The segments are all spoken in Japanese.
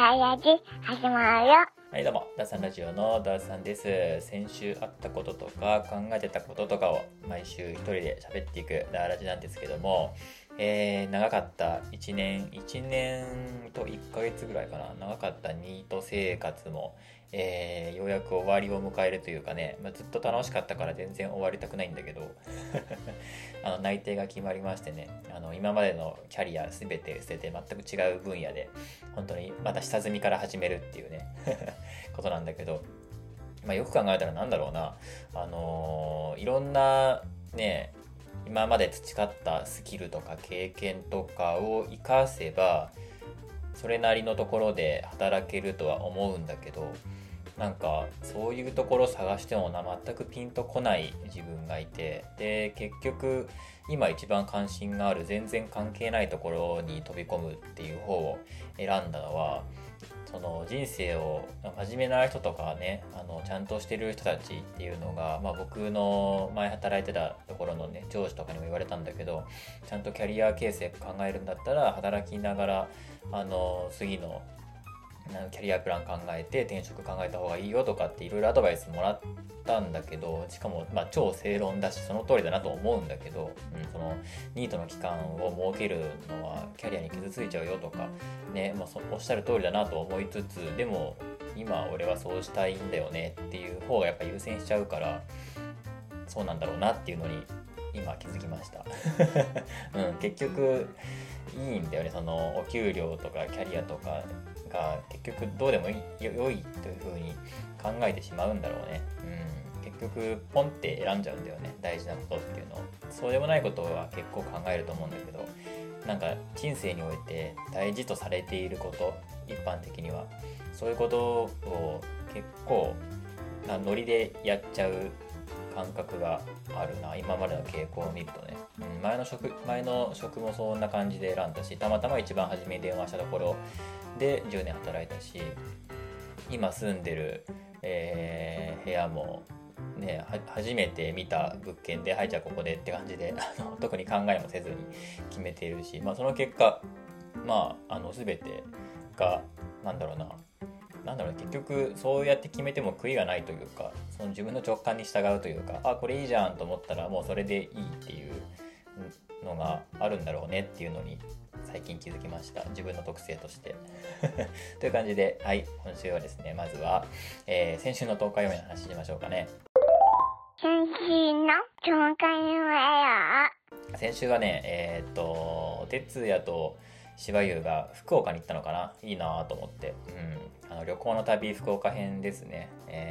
ダイヤジ始まるよ。 はい、どうもダーさんラジオのダーさんです。先週あったこととか考えてたこととかを毎週一人で喋っていくダーラジなんですけども、長かった1年と1ヶ月ぐらいかな、長かったニート生活も、ようやく終わりを迎えるというかね、ずっと楽しかったから全然終わりたくないんだけど内定が決まりましてね、今までのキャリア全て捨てて全く違う分野で本当にまた下積みから始めるっていうねことなんだけど、よく考えたらなんだろうな、いろんなね、今まで培ったスキルとか経験とかを活かせばそれなりのところで働けるとは思うんだけど、なんかそういうところ探しても全くピンとこない自分がいて、で結局今一番関心がある全然関係ないところに飛び込むっていう方を選んだのは、その人生を真面目な人とかね、ちゃんとしてる人たちっていうのが、僕の前働いてたところのね上司とかにも言われたんだけど、ちゃんとキャリア形成考えるんだったら働きながら次のキャリアプラン考えて転職考えた方がいいよとかっていろいろアドバイスもらったんだけど、しかも超正論だしその通りだなと思うんだけど、そのニートの期間を設けるのはキャリアに傷ついちゃうよとかね、おっしゃる通りだなと思いつつ、でも今俺はそうしたいんだよねっていう方がやっぱ優先しちゃうから、そうなんだろうなっていうのに今気づきました結局いいんだよね、そのお給料とかキャリアとかが結局どうでも良いという風に考えてしまうんだろうね。結局ポンって選んじゃうんだよね、大事なことっていうのを。そうでもないことは結構考えると思うんだけど、なんか人生において大事とされていること、一般的にはそういうことを結構ノリでやっちゃう感覚があるな、今までの傾向を見るとね。前の職もそんな感じで選んだし、たまたま一番初めに電話したところで10年働いたし、今住んでる、部屋もね、初めて見た物件で、はいじゃあここでって感じで特に考えもせずに決めているし、その結果全てが結局そうやって決めても悔いがないというか、その自分の直感に従うというか、これいいじゃんと思ったらもうそれでいいっていうのがあるんだろうねっていうのに最近気づきました、自分の特性としてという感じで、はい、今週はですね、まずは、先週の10日読みの話しましょうかね。 先週の10日読めよ。 先週はね、哲也と柴優が福岡に行ったのかな、いいなと思って、旅行の旅福岡編ですね。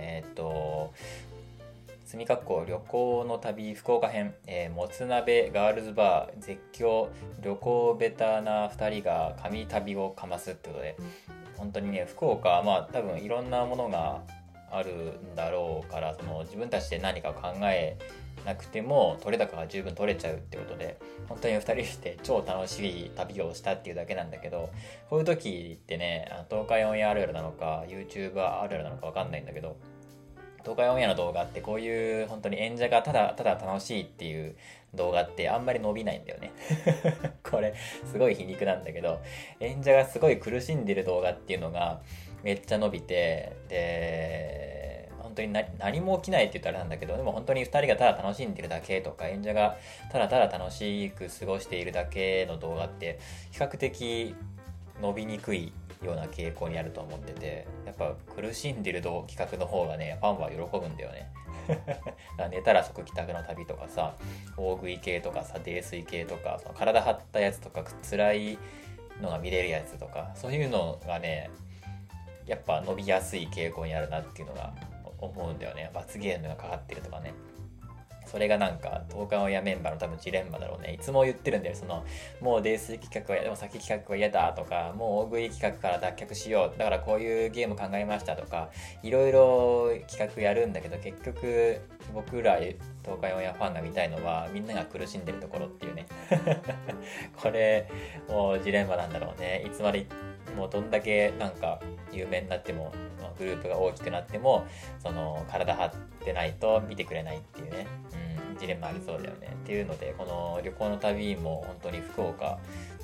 墨括弧旅行の旅福岡編、もつ鍋ガールズバー絶叫旅行ベタな2人が神旅をかますってことで、本当にね、福岡は多分いろんなものがあるんだろうから、その自分たちで何かを考えなくても取れ高が十分取れちゃうってことで、本当に2人して超楽しい旅をしたっていうだけなんだけど、こういう時ってね、東海オンエアあるあるなのか YouTuber あるあるなのか分かんないんだけど、東海オンエアの動画ってこういう本当に演者がただただ楽しいっていう動画ってあんまり伸びないんだよねこれすごい皮肉なんだけど、演者がすごい苦しんでる動画っていうのがめっちゃ伸びて、で本当に何も起きないって言ったらなんだけど、でも本当に2人がただ楽しんでるだけとか、演者がただただ楽しく過ごしているだけの動画って比較的伸びにくいような傾向にあると思ってて、やっぱ苦しんでる企画の方がね、ファンは喜ぶんだよね寝たら即帰宅の旅とかさ、大食い系とかさ、泥酔系とか、その体張ったやつとか辛いのが見れるやつとか、そういうのがねやっぱ伸びやすい傾向にあるなっていうのが思うんだよね。罰ゲームがかかってるとかね、それがなんか東海オンエアメンバーの多分ジレンマだろうね。いつも言ってるんだよ、そのもう泥酔企画はでも先企画は嫌だとか、もう大食い企画から脱却しよう、だからこういうゲーム考えましたとか、いろいろ企画やるんだけど、結局僕ら東海オンエアファンが見たいのはみんなが苦しんでるところっていうねこれもうジレンマなんだろうね。いつまでもうどんだけなんか有名になっても、グループが大きくなっても、その体張ってないと見てくれないっていうね、ジレンマありそうだよねっていうので、この旅行の旅も本当に福岡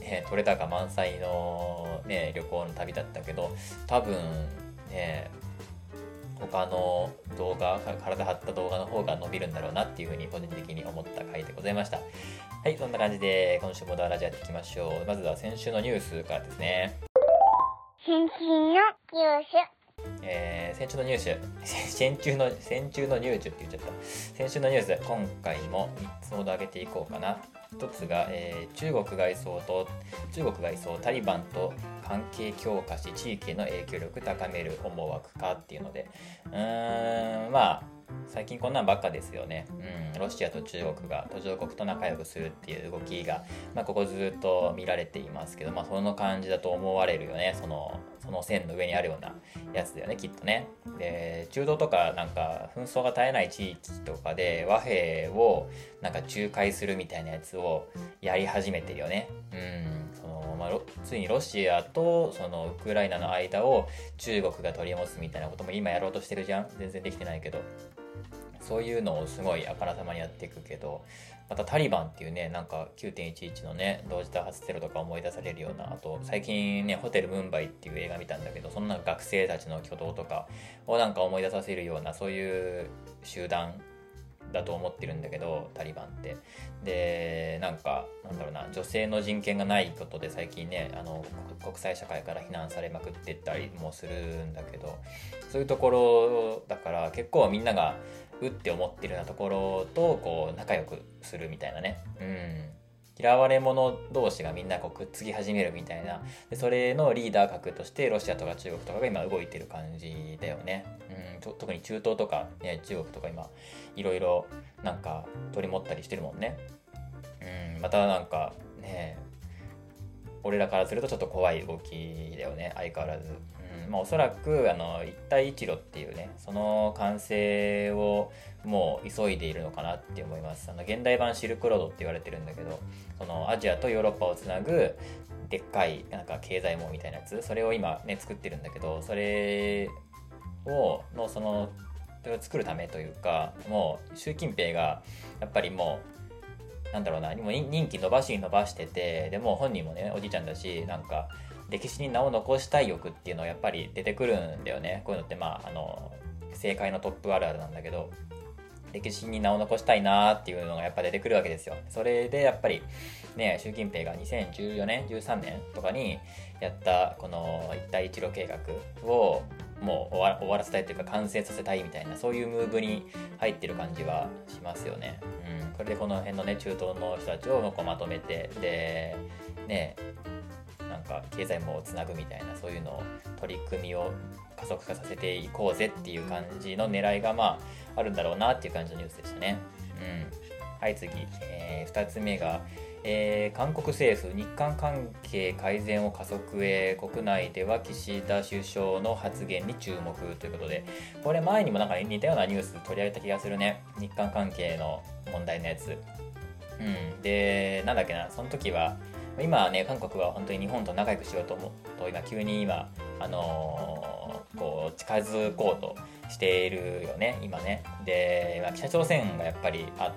取れ高満載の、旅行の旅だったけど、多分ね他の動画、体張った動画の方が伸びるんだろうなっていうふうに個人的に思った回でございました。はい、そんな感じで今週もダラジやっていきましょう。まずは先週のニュースからですね。 先週のニュース。 先週のニュース先週のニュースって言っちゃった。先週のニュース、今回も3つほど上げていこうかな。一つが、中国外相タリバンと関係強化し地域への影響力高める思惑かっていうので、まあ最近こんなんばっかですよね。ロシアと中国が途上国と仲良くするっていう動きが、ここずっと見られていますけど、その感じだと思われるよね。その線の上にあるようなやつだよね、きっとね。で、中東とかなんか紛争が絶えない地域とかで和平をなんか仲介するみたいなやつをやり始めてるよね。ついにロシアとそのウクライナの間を中国が取り持つみたいなことも今やろうとしてるじゃん。全然できてないけど、そういうのをすごいあからさまにやっていくけど、またタリバンっていうね、なんか 9.11 のね同時多発テロとか思い出されるような、あと最近ねホテルムンバイっていう映画見たんだけど、そんな学生たちの挙動とかをなんか思い出させるような、そういう集団だと思ってるんだけど、タリバンって。で、なんだろうな、女性の人権がないことで最近ね、国際社会から非難されまくってったりもするんだけど、そういうところだから結構みんながって思ってるようなところとこう仲良くするみたいなね。嫌われ者同士がみんなこうくっつき始めるみたいな。で、それのリーダー格としてロシアとか中国とかが今動いてる感じだよね。特に中東とか、ね、中国とか今いろいろなんか取り持ったりしてるもんね。またなんかね、俺らからするとちょっと怖い動きだよね、相変わらず。おそらく一帯一路っていうね、その完成をもう急いでいるのかなって思います。現代版シルクロードって言われてるんだけど、そのアジアとヨーロッパをつなぐでっかいなんか経済網みたいなやつ、それを今ね作ってるんだけど、それを作るためというか、もう習近平がやっぱりもうなんだろうな、もう任期伸ばしてて、でも本人もねおじいちゃんだし、なんか歴史に名を残したい欲っていうのはやっぱり出てくるんだよね。こういうのって政界のトップあるあるなんだけど、歴史に名を残したいなーっていうのがやっぱ出てくるわけですよ。それでやっぱりね、習近平が2014年13年とかにやったこの一帯一路計画をもう終わらせたいというか完成させたいみたいな、そういうムーブに入ってる感じはしますよね。これでこの辺のね中東の人たちをこうまとめて、でね、なんか経済網をつなぐみたいな、そういうのを取り組みを加速化させていこうぜっていう感じの狙いがあるんだろうなっていう感じのニュースでしたね。はい、次、2つ目が、韓国政府日韓関係改善を加速へ、国内では岸田首相の発言に注目ということで、これ前にもなんか似たようなニュース取り上げた気がするね。日韓関係の問題のやつ。で、なんだっけな、その時は今ね、韓国は本当に日本と仲良くしようと思うと急に今こう近づこうとしているよね、今ね。で、北朝鮮がやっぱりあって、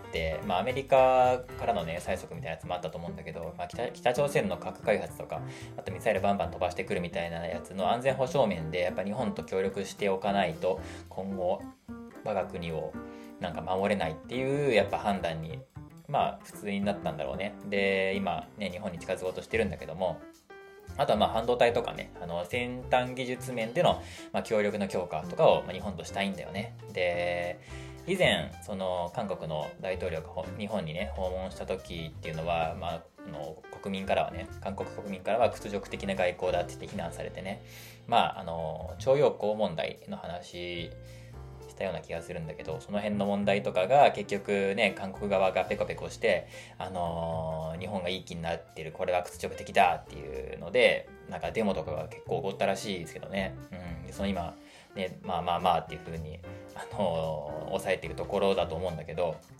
アメリカからのね催促みたいなやつもあったと思うんだけど、北朝鮮の核開発とか、あとミサイルバンバン飛ばしてくるみたいなやつの安全保障面でやっぱ日本と協力しておかないと今後我が国をなんか守れないっていうやっぱ判断に普通になったんだろうね。で、今ね日本に近づこうとしてるんだけども、あとは半導体とかね、先端技術面での協力の強化とかを日本としたいんだよね。で、以前その韓国の大統領が日本にね訪問した時っていうのは、国民からはね、韓国国民からは屈辱的な外交だって言って非難されてね、徴用工問題の話したような気がするんだけど、その辺の問題とかが結局ね、韓国側がペコペコして、日本がいい気になってる、これは屈辱的だっていうので、なんかデモとかが結構起こったらしいですけどね。でその今ね、っていう風に抑えているところだと思うんだけど、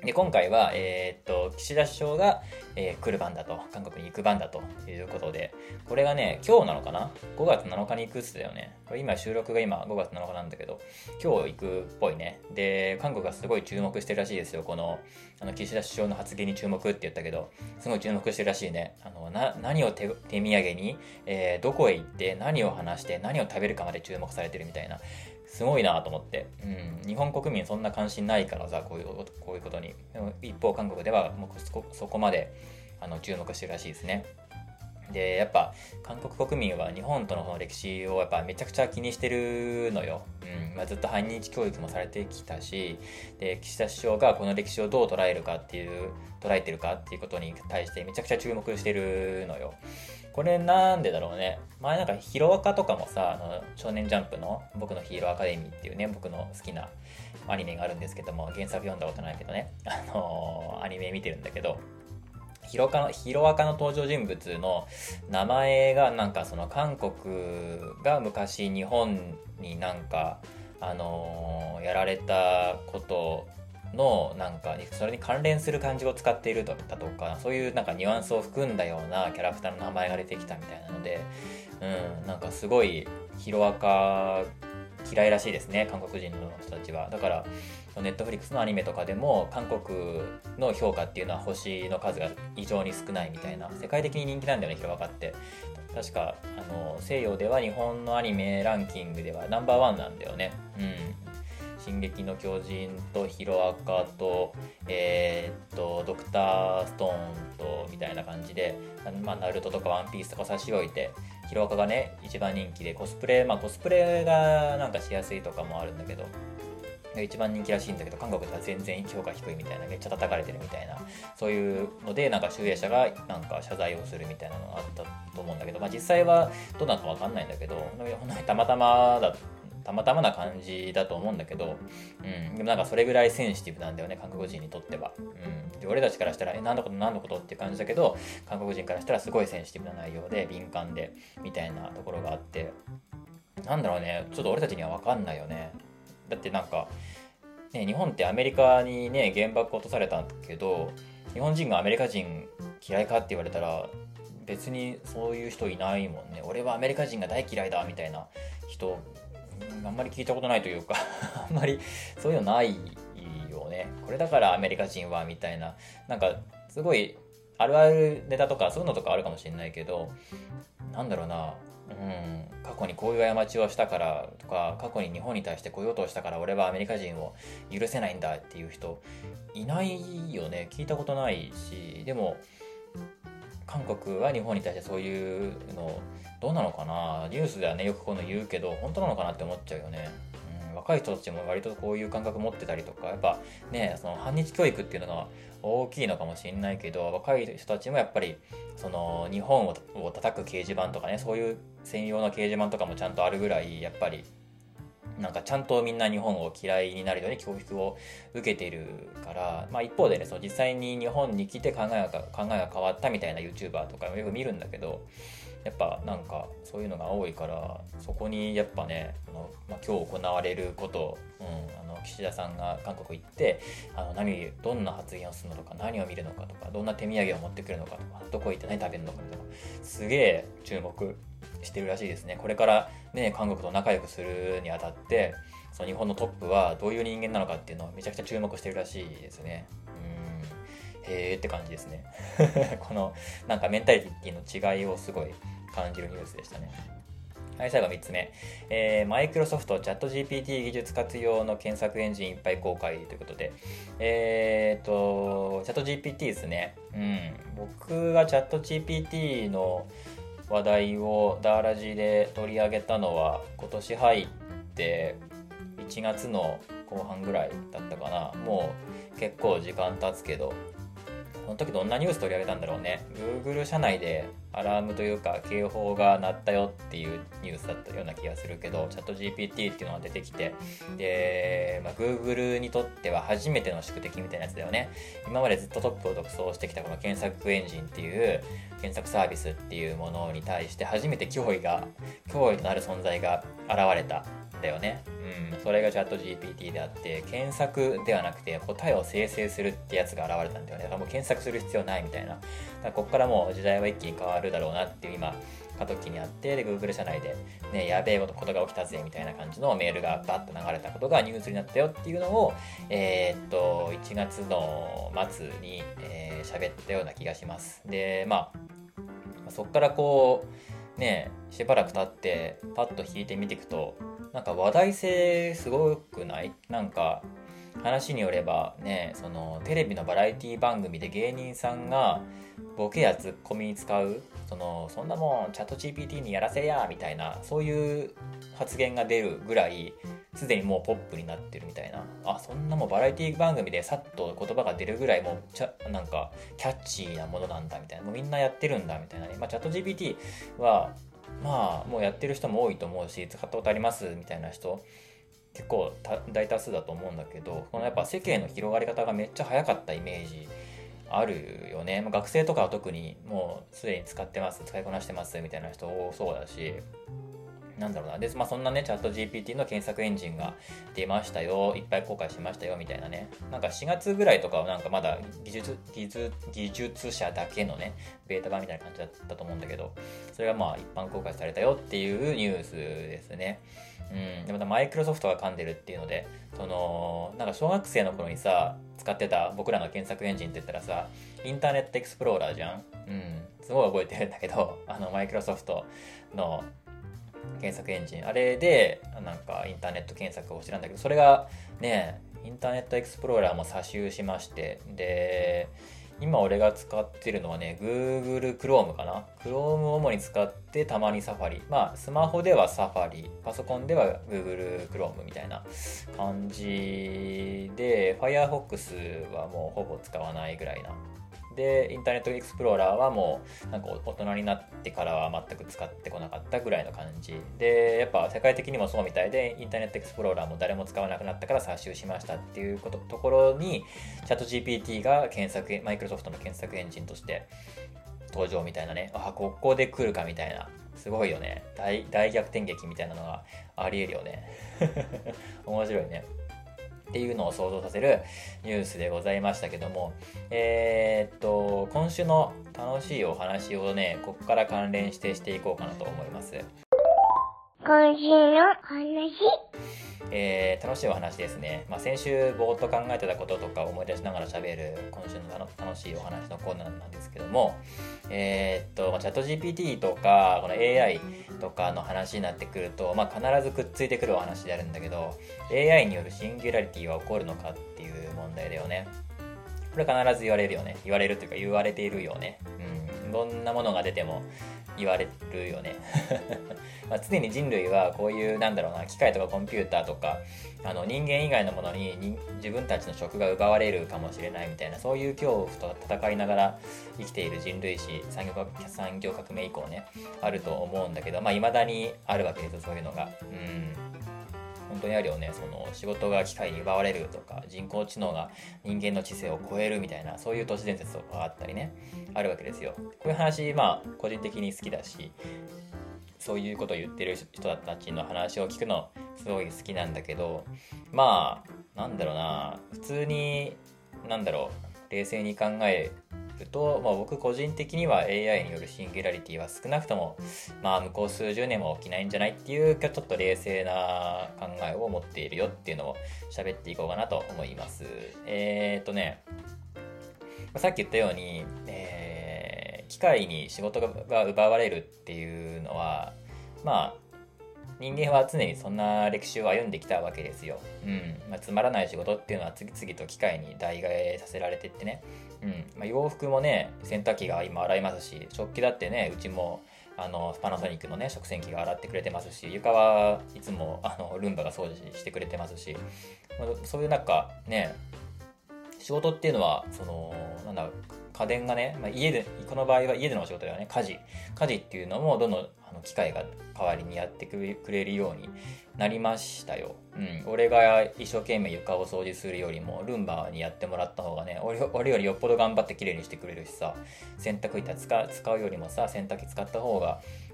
で今回は、岸田首相が、来る番だと、韓国に行く番だということで、これがね、今日なのかな ?5 月7日に行くっつだよね。これ今収録が今5月7日なんだけど、今日行くっぽいね。で、韓国がすごい注目してるらしいですよ。この、岸田首相の発言に注目って言ったけど、すごい注目してるらしいね。何を手土産に、どこへ行って、何を話して、何を食べるかまで注目されてるみたいな。すごいなと思って、日本国民そんな関心ないからさ、こういうことに。でも一方韓国ではもうそこまで注目してるらしいですね。でやっぱ韓国国民は日本とのその歴史をやっぱめちゃくちゃ気にしてるのよ。ずっと反日教育もされてきたし、で岸田首相がこの歴史をどう捉えてるかっていうことに対してめちゃくちゃ注目してるのよ。これなんでだろうね。前なんかヒロアカとかもさ、少年ジャンプの僕のヒーローアカデミーっていうね、僕の好きなアニメがあるんですけども、原作読んだことないけどね、アニメ見てるんだけど、ヒロアカの登場人物の名前がなんかその韓国が昔日本になんかやられたことのなんかそれに関連する漢字を使っているだとか、そういうなんかニュアンスを含んだようなキャラクターの名前が出てきたみたいなので、なんかすごいヒロアカ嫌いらしいですね、韓国人の人たちは。だからネットフリックスのアニメとかでも韓国の評価っていうのは星の数が異常に少ないみたいな、世界的に人気なんだよね、ヒロアカって。確か西洋では日本のアニメランキングではナンバーワンなんだよね。進撃の巨人とヒロアカとドクターストーンとみたいな感じで、ナルトとかワンピースとか差し置いてヒロアカがね一番人気で、コスプレがなんかしやすいとかもあるんだけど一番人気らしいんだけど、韓国では全然評価低いみたいな、めっちゃ叩かれてるみたいな、そういうのでなんか集英社がなんか謝罪をするみたいなのがあったと思うんだけど、実際はどうなのか分かんないんだけど、たまたまな感じだと思うんだけど、でもなんかそれぐらいセンシティブなんだよね、韓国人にとっては。で俺たちからしたら何のことっていう感じだけど、韓国人からしたらすごいセンシティブな内容で敏感でみたいなところがあって、なんだろうね、ちょっと俺たちには分かんないよね。だってなんか、ね、日本ってアメリカにね原爆落とされたんだけど、日本人がアメリカ人嫌いかって言われたら別にそういう人いないもんね。俺はアメリカ人が大嫌いだみたいな人あんまり聞いたことないというかあんまりそういうのないよね。これだからアメリカ人はみたいな、なんかすごいあるあるネタとかそういうのとかあるかもしれないけど、なんだろうな、過去にこういう過ちをしたからとか、過去に日本に対してこういうことをしたから俺はアメリカ人を許せないんだっていう人いないよね。聞いたことないし、でも韓国は日本に対してそういうのどうなのかな。ニュースではねよくこういうの言うけど本当なのかなって思っちゃうよね。若い人たちも割とこういう感覚持ってたりとか、やっぱねその反日教育っていうのが大きいのかもしれないけど、若い人たちもやっぱりその日本を叩く掲示板とかね、そういう専用の掲示板とかもちゃんとあるぐらい、やっぱりなんかちゃんとみんな日本を嫌いになるように教育を受けているから、一方でねその実際に日本に来て考えが変わったみたいな YouTuber とかもよく見るんだけど、やっぱなんかそういうのが多いから、そこにやっぱね今日行われることを、岸田さんが韓国行ってどんな発言をするのとか、何を見るのかとか、どんな手土産を持ってくるのかとか、どこ行って何食べるのかとか、すげえ注目してるらしいですね。これからね韓国と仲良くするにあたって、その日本のトップはどういう人間なのかっていうのをめちゃくちゃ注目してるらしいですね。へーって感じですねこのなんかメンタリティの違いをすごい感じるニュースでしたね。はい、最後3つ目、マイクロソフトチャット GPT 技術活用の検索エンジンいっぱい公開ということで、チャット GPT ですね。僕がチャット GPT の話題をダーラジで取り上げたのは今年入って1月の後半ぐらいだったかな。もう結構時間経つけど、その時どんなニュース取り上げたんだろうね。 Google 社内でアラームというか警報が鳴ったよっていうニュースだったような気がするけど、チャット GPT っていうのが出てきて、で、Google にとっては初めての宿敵みたいなやつだよね。今までずっとトップを独走してきたこの検索エンジンっていう検索サービスっていうものに対して初めて脅威となる存在が現れただよね。それがチャット GPT であって、検索ではなくて答えを生成するってやつが現れたんだよね。だからもう検索する必要ないみたいな。だからこっからもう時代は一気に変わるだろうなっていう今過渡期にあって、で Google 社内でね、やべえことが起きたぜみたいな感じのメールがバッと流れたことがニュースになったよっていうのを1月の末に喋ったような気がします。でそっからこうね、しばらく経ってパッと引いてみていくと、なんか話題性すごくない？なんか話によればね、そのテレビのバラエティ番組で芸人さんがボケやツッコミに使うそんなもんチャット GPT にやらせやみたいな、そういう発言が出るぐらいすでにもうポップになってるみたいな。そんなもうバラエティ番組でさっと言葉が出るぐらいもうなんかキャッチーなものなんだみたいな、もうみんなやってるんだみたいなね。チャット GPT はもうやってる人も多いと思うし、使ったことありますみたいな人結構大多数だと思うんだけど、このやっぱ世間の広がり方がめっちゃ早かったイメージあるよね。学生とかは特にもうすでに使いこなしてますみたいな人多そうだし、なんだろうな。で、そんなね、チャット GPT の検索エンジンが出ましたよ、いっぱい公開しましたよみたいなね。なんか4月ぐらいとかはなんかまだ技術者だけのね、ベータ版みたいな感じだったと思うんだけど、それが一般公開されたよっていうニュースですね。でまたマイクロソフトが噛んでるっていうので、なんか小学生の頃にさ使ってた僕らの検索エンジンって言ったらさ、インターネットエクスプローラーじゃん。すごい覚えてるんだけど、マイクロソフトの検索エンジン、あれでなんかインターネット検索をしてたんだけど、それがね、インターネットエクスプローラーも差ししまして、で今俺が使ってるのはね、Google Chrome かな。Chrome を主に使って、たまに Safari。スマホでは Safari、パソコンでは Google Chrome みたいな感じで、Firefox はもうほぼ使わないぐらいな。で、インターネットエクスプローラーはもうなんか大人になってからは全く使ってこなかったぐらいの感じで、やっぱ世界的にもそうみたいで、インターネットエクスプローラーも誰も使わなくなったから刷新しましたっていうところに、チャット GPT がマイクロソフトの検索エンジンとして登場みたいなね。ここで来るかみたいな。すごいよね。大逆転劇みたいなのがあり得るよね。面白いね。っていうのを想像させるニュースでございましたけども、今週の楽しいお話をね、ここから関連していこうかなと思います。 今週の話。 楽しいお話ですね。先週ぼーっと考えてたこととか思い出しながら喋る今週の楽しいお話のコーナーなんですけども、チャット GPT とかこの AI とかの話になってくると、必ずくっついてくるお話であるんだけど、 AI によるシンギュラリティは起こるのかっていう問題だよね。これ必ず言われるよね。言われるというか言われているよね。どんなものが出ても言われるよね。常に人類はこういう機械とかコンピューターとか人間以外のものに自分たちの職が奪われるかもしれないみたいな、そういう恐怖と戦いながら生きている人類史、産業革命以降ね、あると思うんだけど、未だにあるわけですよ、そういうのが。本当にあるよね。仕事が機械に奪われるとか、人工知能が人間の知性を超えるみたいな、そういう都市伝説とかがあったりね、あるわけですよ。こういう話個人的に好きだし、そういうことを言ってる人たちの話を聞くのすごい好きなんだけど、普通に冷静に考えると、僕個人的には AI によるシンギュラリティは少なくとも向こう数十年は起きないんじゃないっていうちょっと冷静な考えを持っているよっていうのを喋っていこうかなと思います。さっき言ったように、機械に仕事が奪われるっていうのは人間は常にそんな歴史を歩んできたわけですよ。つまらない仕事っていうのは次々と機械に代替えさせられてってね。洋服もね、洗濯機が今洗いますし、食器だってね、うちもパナソニックのね食洗機が洗ってくれてますし、床はいつもルンバが掃除してくれてますし、そういう仕事っていうのは家電がね、この場合は家でのお仕事だよね。家事っていうのもどんどん機械が代わりにやってくれるようになりましたよ。俺が一生懸命床を掃除するよりもルンバにやってもらった方がね、俺よりよっぽど頑張って綺麗にしてくれるしさ、洗濯板使うよりもさ、洗濯機使った方が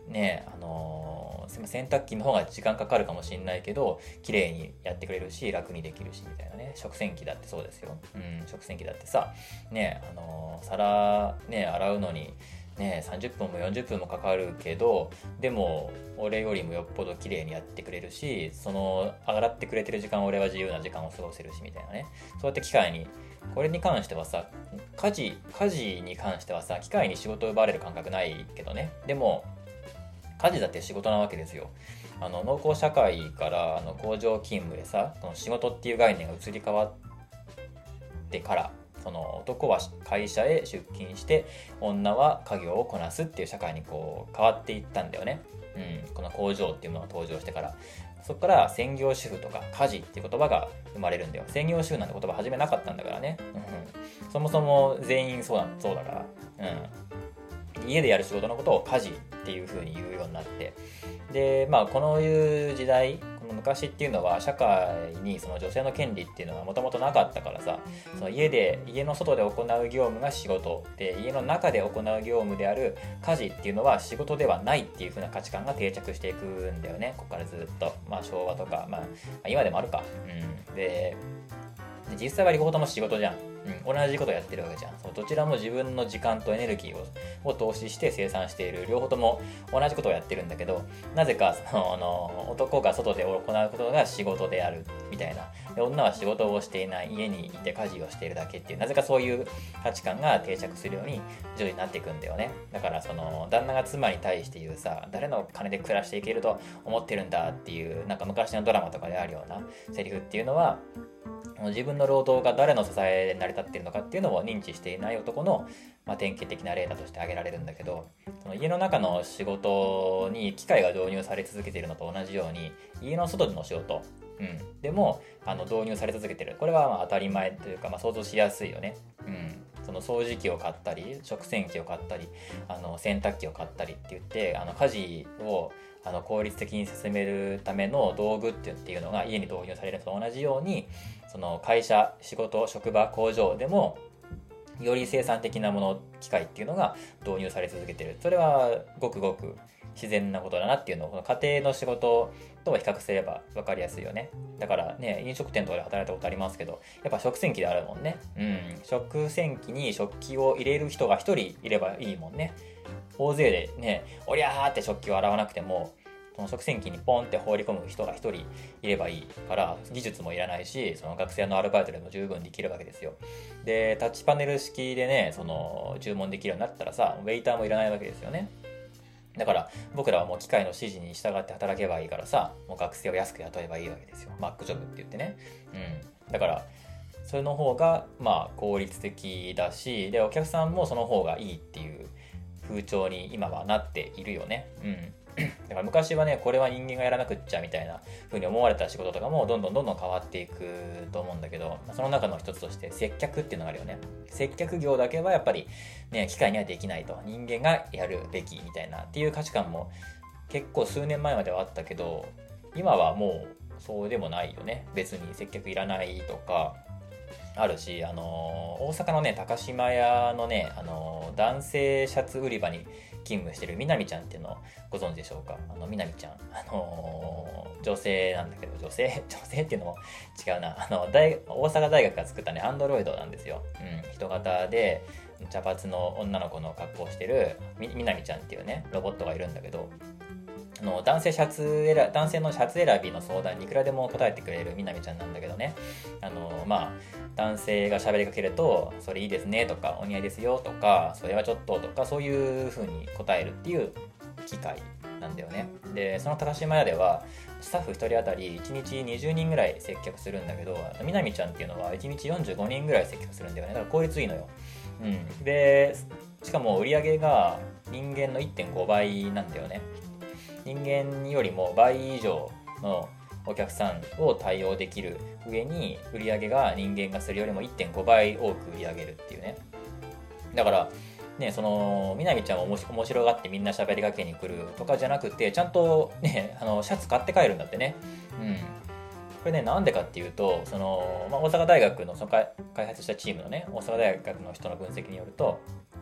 ね洗濯機の方が時間かかるかもしれないけど綺麗にやってくれるし楽にできるしみたいなね。食洗機だってそうですよ。食洗機だってさね皿ね洗うのにね30分も40分もかかるけど、でも俺よりもよっぽど綺麗にやってくれるし、その洗ってくれてる時間俺は自由な時間を過ごせるしみたいなね。そうやって機械にこれに関してはさ家事に関してはさ機械に仕事を奪われる感覚ないけどね。でも家事だって仕事なわけですよ。農耕社会から工場勤務でさこの仕事っていう概念が移り変わってから、その男は会社へ出勤して女は家業をこなすっていう社会にこう変わっていったんだよね。この工場っていうものが登場してから、そこから専業主婦とか家事っていう言葉が生まれるんだよ。専業主婦なんて言葉初めなかったんだからね。そもそも全員そうだから、家でやる仕事のことを家事っていう風に言うようになって、でこのいう時代、この昔っていうのは社会にその女性の権利っていうのはもともとなかったからさ、その家の外で行う業務が仕事で、家の中で行う業務である家事っていうのは仕事ではないっていう風な価値観が定着していくんだよね。ここからずっと昭和とか今でもあるか。で実際は両方とも仕事じゃん。同じことやってるわけじゃん。どちらも自分の時間とエネルギーを投資して生産している、両方とも同じことをやってるんだけど、なぜか男が外で行うことが仕事であるみたいな、で女は仕事をしていない、家にいて家事をしているだけっていう、なぜかそういう価値観が定着するように徐々になっていくんだよね。だから旦那が妻に対して言うさ、誰の金で暮らしていけると思ってるんだっていう、なんか昔のドラマとかであるようなセリフっていうのは、自分の労働が誰の支えで成り立っているのかっていうのを認知していない男の、典型的な例だとして挙げられるんだけど、その家の中の仕事に機械が導入され続けているのと同じように、家の外での仕事、でも導入され続けている。これは当たり前というか、想像しやすいよね。その掃除機を買ったり食洗機を買ったり洗濯機を買ったりって言って家事を効率的に進めるための道具っていうのが家に導入されるのと同じように、その会社、仕事、職場、工場でもより生産的なもの、機械っていうのが導入され続けてる。それはごくごく自然なことだなっていうのを、この家庭の仕事と比較すれば分かりやすいよね。だからね、飲食店とかで働いたことありますけど、やっぱ食洗機であるもんね。食洗機に食器を入れる人が一人いればいいもんね。大勢でね、おりゃーって食器を洗わなくても、その食洗機にポンって放り込む人が一人いればいいから技術もいらないし、その学生のアルバイトでも十分できるわけですよ。でタッチパネル式でね注文できるようになったらさ、ウェイターもいらないわけですよね。だから僕らはもう機械の指示に従って働けばいいからさ、もう学生を安く雇えばいいわけですよ。マックジョブって言ってね。だからそれの方が効率的だし、でお客さんもその方がいいっていう風潮に今はなっているよね。だから昔はね、これは人間がやらなくっちゃみたいな風に思われた仕事とかもどんどん変わっていくと思うんだけど、その中の一つとして接客っていうのがあるよね。接客業だけはやっぱりね、機械にはできないと、人間がやるべきみたいなっていう価値観も結構数年前まではあったけど、今はもうそうでもないよね。別に接客いらないとかあるし、大阪のね高島屋のね男性シャツ売り場に勤務してるみなみちゃんっていうのをご存知でしょうか。みなみちゃん女性なんだけど、女性っていうのも違うな。大阪大学が作ったねアンドロイドなんですよ。人型で茶髪の女の子の格好をしてるみなみちゃんっていうねロボットがいるんだけど、男性のシャツ選びの相談にいくらでも答えてくれるみなみちゃんなんだけどね、男性が喋りかけるとそれいいですねとかお似合いですよとかそれはちょっととかそういう風に答えるっていう機械なんだよね。でその高島屋ではスタッフ1人当たり1日20人ぐらい接客するんだけど、みなみちゃんっていうのは1日45人ぐらい接客するんだよね。だから効率いいのよ。でしかも売り上げが人間の 1.5 倍なんだよね。人間よりも倍以上のお客さんを対応できる上に、売り上げが人間がするよりも 1.5 倍多く売り上げるっていうね。だからね、みなみちゃんも面白がってみんな喋りかけに来るとかじゃなくて、ちゃんとねシャツ買って帰るんだってね。これね、なんでかっていうと、大阪大学の開発したチームのね、大阪大学の人の分析によると、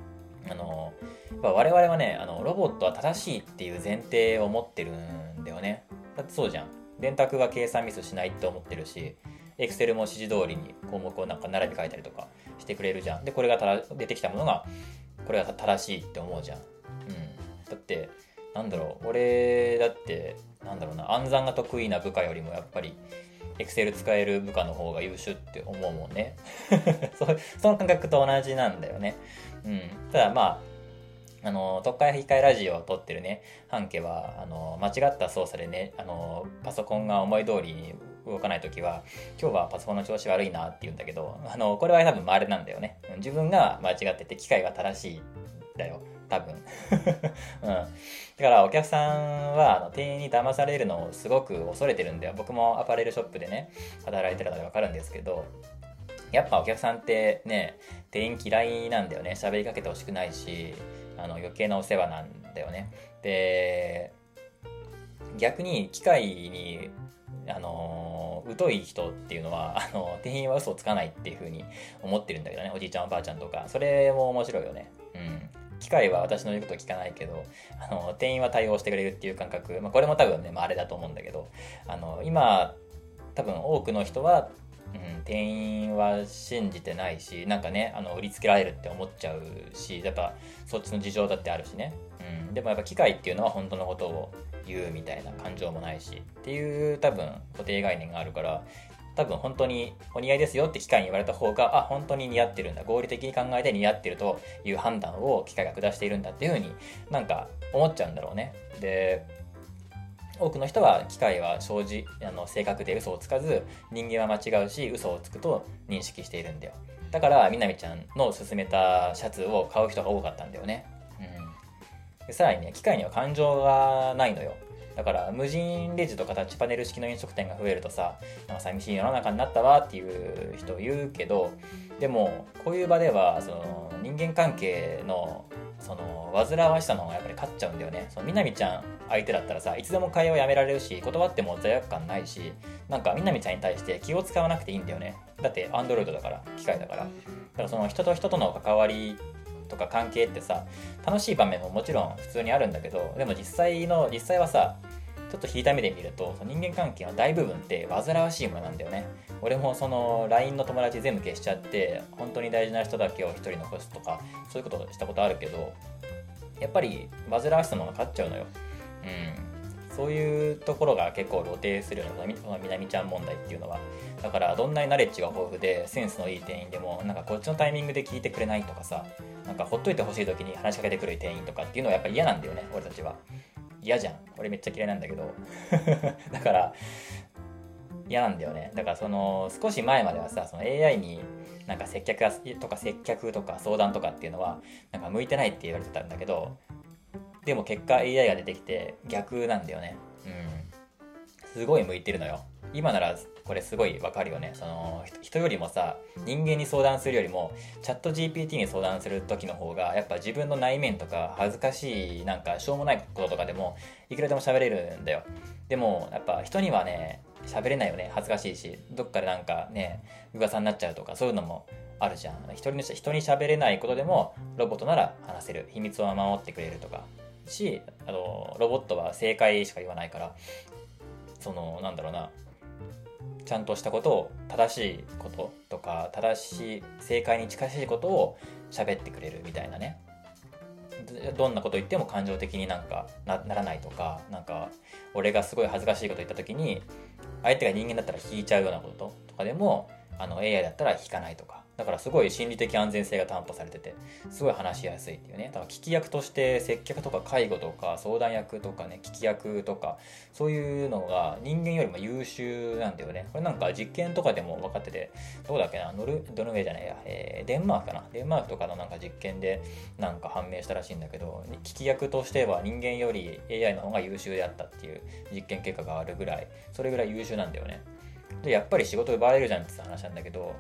やっぱ我々はねロボットは正しいっていう前提を持ってるんだよね。だってそうじゃん。電卓は計算ミスしないって思ってるし、エクセルも指示通りに項目をなんか並び替えたりとかしてくれるじゃん。でこれが出てきたものがこれが正しいって思うじゃん。だってなんだろう、俺だってなんだろうな、暗算が得意な部下よりもやっぱりエクセル使える部下の方が優秀って思うもんね。その感覚と同じなんだよね。ただまあ特会引き換えラジオを撮ってるね半家は間違った操作でねパソコンが思い通りに動かないときは今日はパソコンの調子悪いなって言うんだけど、これは多分あれなんだよね。自分が間違ってて機械が正しいんだよ多分。だからお客さんは店員に騙されるのをすごく恐れてるんだよ。僕もアパレルショップでね働いてるので分かるんですけど、やっぱお客さんってね店員嫌いなんだよね。喋りかけてほしくないし余計なお世話なんだよね。で逆に機械に疎い人っていうのは店員は嘘をつかないっていう風に思ってるんだけどね。おじいちゃんおばあちゃんとかそれも面白いよね。機械は私の言うこと聞かないけど店員は対応してくれるっていう感覚、これも多分ね、あれだと思うんだけど今多分多くの人は店員は信じてないし、なんかね売りつけられるって思っちゃうし、やっぱそっちの事情だってあるしね。でもやっぱ機械っていうのは本当のことを言うみたいな感情もないしっていう多分固定概念があるから、多分本当にお似合いですよって機械に言われた方が本当に似合ってるんだ、合理的に考えて似合ってるという判断を機械が下しているんだっていう風になんか思っちゃうんだろうね。で多くの人は機械は正確で嘘をつかず、人間は間違うし嘘をつくと認識しているんだよ。だからみなみちゃんの勧めたシャツを買う人が多かったんだよね。でさらにね、機械には感情がないのよ。だから無人レジとかタッチパネル式の飲食店が増えるとさ、なんか寂しい世の中になったわっていう人言うけど、でもこういう場ではその人間関係の煩わしさの方がやっぱり勝っちゃうんだよね。みなみちゃん相手だったらさ、いつでも会話やめられるし、断っても罪悪感ないし、なんかみなみちゃんに対して気を使わなくていいんだよね。だってアンドロイドだから、機械だから。だからその人と人との関わりとか関係ってさ、楽しい場面ももちろん普通にあるんだけど、でも実際はさ、ちょっと引いた目で見ると人間関係の大部分って煩わしいものなんだよね。俺もLINE の友達全部消しちゃって本当に大事な人だけを一人残すとか、そういうことをしたことあるけど、やっぱり煩わしさの方が勝っちゃうのよ。そういうところが結構露呈するよね、このみなみちゃん問題っていうのは。だからどんなにナレッジが豊富でセンスのいい店員でも、なんかこっちのタイミングで聞いてくれないとかさ、なんかほっといてほしい時に話しかけてくる店員とかっていうのはやっぱ嫌なんだよね、俺たちは。嫌じゃん。俺めっちゃ嫌いなんだけどだから嫌なんだよね。だから少し前まではさ、AI になんか接客とか相談とかっていうのはなんか向いてないって言われてたんだけど、でも結果 AI が出てきて逆なんだよね。すごい向いてるのよ。今ならこれすごいわかるよね。人よりもさ、人間に相談するよりもチャット GPT に相談する時の方がやっぱ自分の内面とか恥ずかしいなんかしょうもないこととかでもいくらでも喋れるんだよ。でもやっぱ人にはね喋れないよね。恥ずかしいし、どっかでなんかね噂になっちゃうとかそういうのもあるじゃん。人に喋れないことでもロボットなら話せる、秘密を守ってくれるとかし、ロボットは正解しか言わないから、なんだろうな、ちゃんとしたことを、正しいこととか正解に近しいことを喋ってくれるみたいなね。どんなこと言っても感情的になんか ならないとか、なんか俺がすごい恥ずかしいこと言った時に相手が人間だったら引いちゃうようなこととかでもAI だったら引かないとか、だからすごい心理的安全性が担保されててすごい話しやすいっていうね。だから聞き役として接客とか介護とか相談役とかね、聞き役とかそういうのが人間よりも優秀なんだよね。これなんか実験とかでも分かってて、どこだっけな、ドルウェーじゃないや、デンマークかな、デンマークとかのなんか実験でなんか判明したらしいんだけど、聞き役としては人間より AI の方が優秀であったっていう実験結果があるぐらい、それぐらい優秀なんだよね。でやっぱり仕事奪われるじゃんって話なんだけど、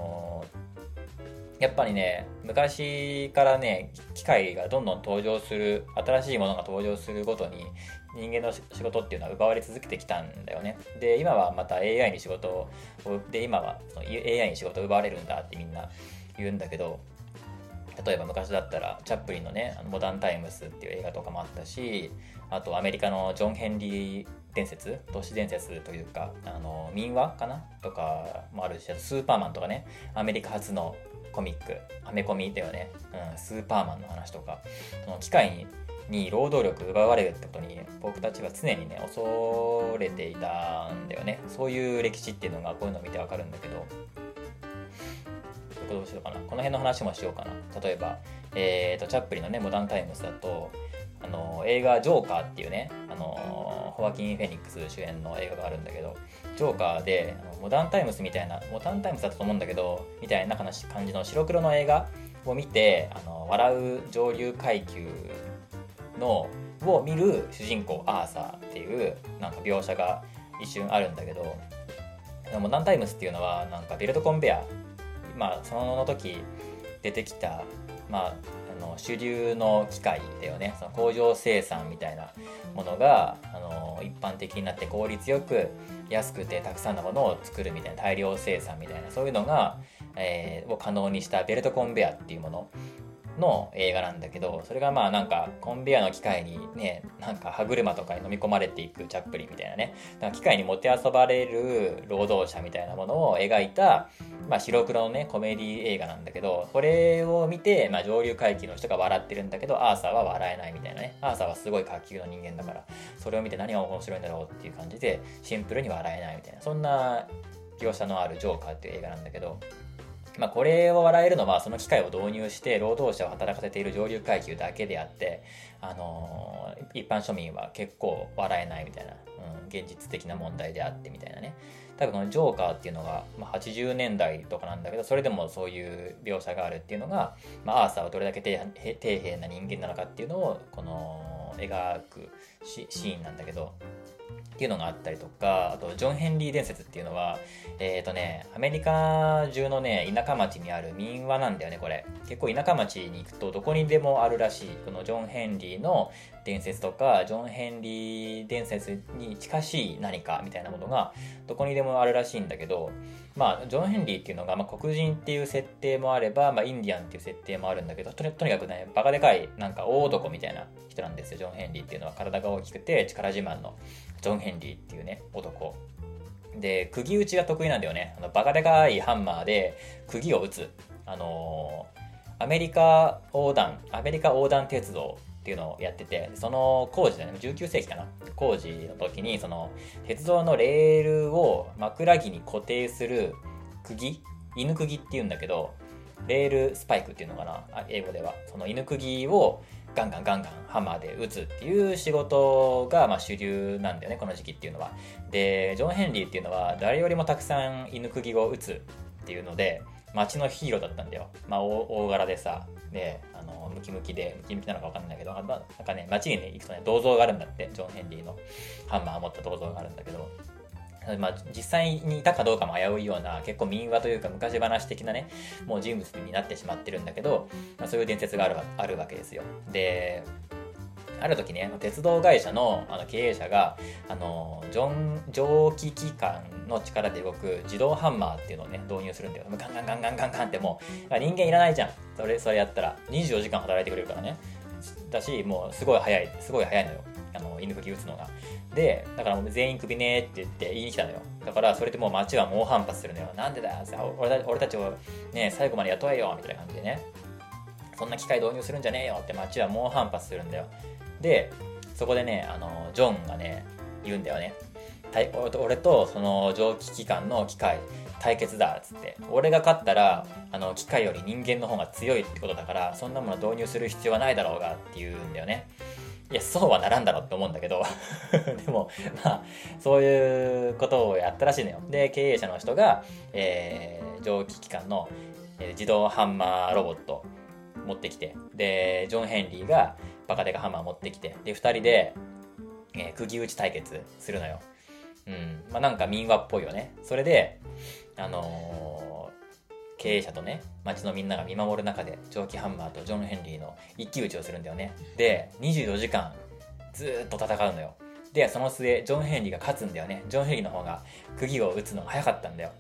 やっぱりね、昔からね、機械がどんどん登場する、新しいものが登場するごとに人間の仕事っていうのは奪われ続けてきたんだよね。で今はまた AI に仕事を今はAI に仕事を奪われるんだってみんな言うんだけど、 例えば昔だったらチャップリンのねモダンタイムスっていう映画とかもあったし、あとアメリカのジョン・ヘンリー伝説、都市伝説というか民話かなとかもあるし、スーパーマンとかね、アメリカ初のコミックアメコミだよね、スーパーマンの話とか、その機械に労働力奪われるってことに僕たちは常にね恐れていたんだよね。そういう歴史っていうのがこういうのを見てわかるんだけど、どうしようかな、この辺の話もしようかな。例えば、チャップリンのねモダンタイムスだと映画ジョーカーっていうねホワキン・フェニックス主演の映画があるんだけど、ジョーカーでモダンタイムスみたいな、モダンタイムスだったと思うんだけどみたいな感じの白黒の映画を見て笑う上流階級のを見る主人公アーサーっていうなんか描写が一瞬あるんだけど、モダンタイムスっていうのはなんかベルトコンベヤー、その時出てきた、主流の機械だよね。その工場生産みたいなものが一般的になって効率よく安くてたくさんのものを作るみたいな、大量生産みたいな、そういうのが、を可能にしたベルトコンベヤーっていうものの映画なんだけど、それがなんかコンベヤーの機械にね、なんか歯車とかに飲み込まれていくチャップリンみたいなね、なんか機械にもてあそばれる労働者みたいなものを描いた、白黒のねコメディ映画なんだけど、これを見て、上流階級の人が笑ってるんだけどアーサーは笑えないみたいなね。アーサーはすごい下級の人間だから、それを見て何が面白いんだろうっていう感じでシンプルに笑えないみたいな、そんな描写のあるジョーカーっていう映画なんだけど、これを笑えるのはその機械を導入して労働者を働かせている上流階級だけであって、一般庶民は結構笑えないみたいな、現実的な問題であってみたいなね。多分このジョーカーっていうのが、80年代とかなんだけど、それでもそういう描写があるっていうのが、アーサーはどれだけ底辺な人間なのかっていうのをこの描くシーンなんだけど、っていうのがあったりとか、あとジョン・ヘンリー伝説っていうのはアメリカ中のね田舎町にある民話なんだよね。これ結構田舎町に行くとどこにでもあるらしい、このジョン・ヘンリーの伝説とか、ジョン・ヘンリー伝説に近しい何かみたいなものがどこにでもあるらしいんだけど、ジョン・ヘンリーっていうのが、黒人っていう設定もあれば、インディアンっていう設定もあるんだけど、とにかくねバカでかいなんか大男みたいな人なんですよ。ジョン・ヘンリーっていうのは体が大きくて力自慢のジョン・ヘンリーっていうね男で、釘打ちが得意なんだよね。バカでかいハンマーで釘を打つ、アメリカ横断鉄道っていうのをやってて、その工事だね、19世紀かな、工事の時にその鉄道のレールを枕木に固定する釘、犬釘っていうんだけど、レールスパイクっていうのかな、英語では。その犬釘をガンガンハンマーで打つっていう仕事が主流なんだよね、この時期っていうのは。でジョン・ヘンリーっていうのは誰よりもたくさん犬釘を打つっていうので街のヒーローだったんだよ。大柄でさ、でムキムキなのか分かんないけど、なんかね街にね行くとね銅像があるんだって。ジョン・ヘンリーのハンマーを持った銅像があるんだけど、実際にいたかどうかも危ういような、結構民話というか昔話的なねもう人物になってしまってるんだけど、そういう伝説があるわけですよ。である時ね鉄道会社の経営者が蒸気機関の力で動く自動ハンマーっていうのをね導入するんだよ。ガンってもう人間いらないじゃん、それやったら24時間働いてくれるからね。だしもうすごい早いのよ、犬釘打つのが。でだからもう全員クビねって言って言いに来たのよ。だからそれでもう街は猛反発するのよ。なんでだよ、俺たちをね最後まで雇えよみたいな感じでね、そんな機械導入するんじゃねえよって街は猛反発するんだよ。でそこでねジョンがね言うんだよね。俺とその蒸気機関の機械対決だっつって、俺が勝ったら機械より人間の方が強いってことだから、そんなもの導入する必要はないだろうがって言うんだよね。いやそうはならんだろうって思うんだけどでもそういうことをやったらしいのよ。で経営者の人が、蒸気機関の、自動ハンマーロボット持ってきて、でジョン・ヘンリーがバカデカハンマー持ってきて、で2人で、釘打ち対決するのよ。なんか民話っぽいよね。それで経営者とね街のみんなが見守る中で蒸気ハンマーとジョン・ヘンリーの一騎打ちをするんだよね。で24時間ずーっと戦うのよ。でその末ジョン・ヘンリーが勝つんだよね。ジョン・ヘンリーの方が釘を打つのが早かったんだよ。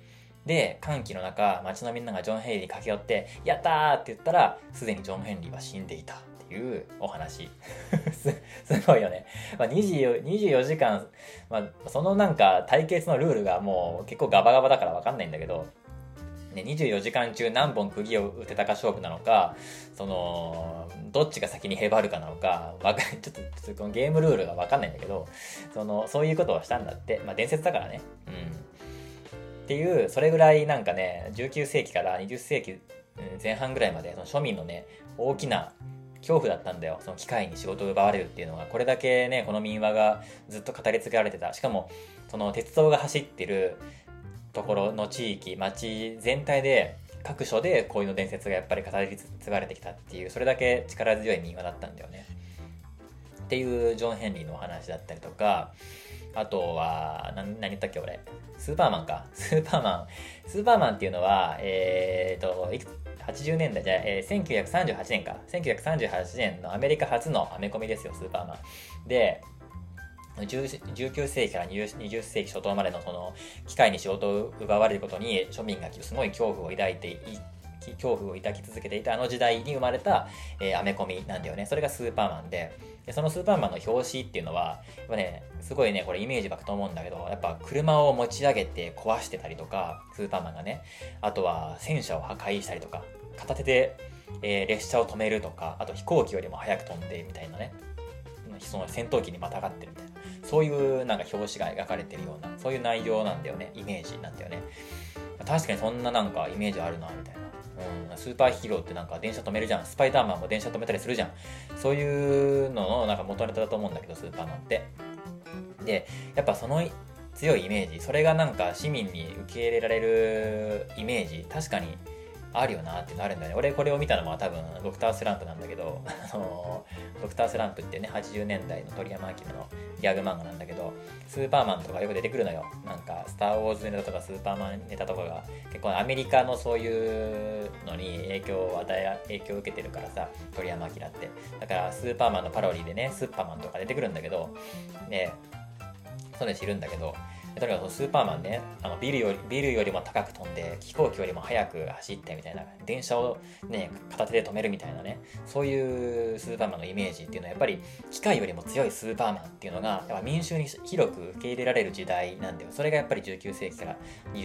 で歓喜の中、街のみんながジョン・ヘンリーに駆け寄ってやったーって言ったら、すでにジョン・ヘンリーは死んでいたっていうお話すごいよね。24時間、そのなんか対決のルールがもう結構ガバガバだから分かんないんだけど、ね、24時間中何本釘を打てたか勝負なのか、どっちが先にへばるかなのか、ちょっとこのゲームルールが分かんないんだけど、そういうことをしたんだって。伝説だからね。っていう、それぐらいなんかね、19世紀から20世紀前半ぐらいまで、その庶民のね、大きな恐怖だったんだよ。その機械に仕事を奪われるっていうのが、これだけね、この民話がずっと語り継がれてた。しかも、その鉄道が走ってるところの地域、町全体で、各所でこういうの伝説がやっぱり語り継がれてきたっていう、それだけ力強い民話だったんだよね。っていうジョン・ヘンリーのお話だったりとか、あとは、何言ったっけ俺。スーパーマンか。スーパーマンっていうのは、80年代じゃ、1938年か。1938年のアメリカ初のアメコミですよ、スーパーマン。で、19世紀から20世紀初頭までのその機械に仕事を奪われることに庶民がすごい恐怖を抱き続けていたあの時代に生まれた、アメコミなんだよね。それがスーパーマンで、そのスーパーマンの表紙っていうのはやっぱね、すごいね、これイメージ湧くと思うんだけど、やっぱ車を持ち上げて壊してたりとか、スーパーマンがね、あとは戦車を破壊したりとか、片手で、列車を止めるとか、あと飛行機よりも速く飛んでみたいなね、その戦闘機にまたがってるみたいな、そういうなんか表紙が描かれてるような、そういう内容なんだよね、イメージなんだよね。確かにそんななんかイメージあるなみたいな。スーパーヒーローってなんか電車止めるじゃん。スパイダーマンも電車止めたりするじゃん。そういうののなんか元ネタだと思うんだけど、スーパーマンって。で、やっぱその強いイメージ、それがなんか市民に受け入れられるイメージ、確かにあるよなっていうのあるんだよね。俺これを見たのは多分ドクタースランプなんだけど、ドクタースランプってね、80年代の鳥山明のギャグ漫画なんだけど、スーパーマンとかよく出てくるのよ。なんかスターウォーズネタとかスーパーマンネタとかが結構アメリカのそういうのに影響を受けてるからさ、鳥山明って。だからスーパーマンのパロディでね、スーパーマンとか出てくるんだけど、ね、そうで知るんだけど、とにかくスーパーマンね、ビルよりも高く飛んで、飛行機よりも速く走ってみたいな、電車をね、片手で止めるみたいなね、そういうスーパーマンのイメージっていうのはやっぱり機械よりも強いスーパーマンっていうのが、やっぱ民衆に広く受け入れられる時代なんだよ。それがやっぱり19世紀から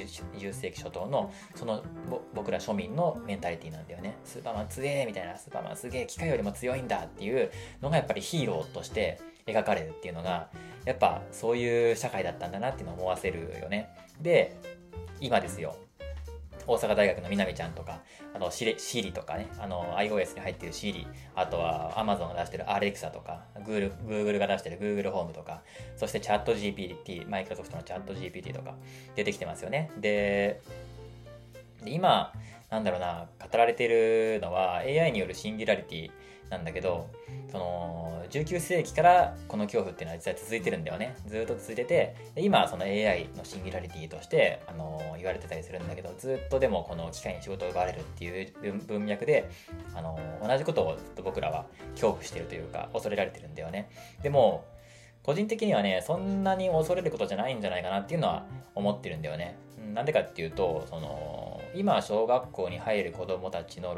20世紀初頭の、その僕ら庶民のメンタリティなんだよね。スーパーマン強えみたいな、スーパーマンすげえ、機械よりも強いんだっていうのがやっぱりヒーローとして描かれるっていうのが、やっぱそういう社会だったんだなっていうのを思わせるよね。で、今ですよ。大阪大学のみなみちゃんとか、シリとかね、iOS に入ってるシリ、あとは Amazon が出してる Alexa とか、Google が出してる Google ホームとか、そしてチャット GPT、マイクロソフトのチャット GPT とか出てきてますよね。で今、なんだろうな、語られているのは AI によるシンギュラリティなんだけど、その19世紀からこの恐怖っていうのは実際続いてるんだよね。ずっと続いてて、今その AI のシンギュラリティとして言われてたりするんだけど、ずっとでもこの機械に仕事を奪われるっていう文脈で同じことをずっと僕らは恐怖してるというか恐れられてるんだよね。でも個人的にはね、そんなに恐れることじゃないんじゃないかなっていうのは思ってるんだよね。なんでかっていうと、今小学校に入る子どもたちの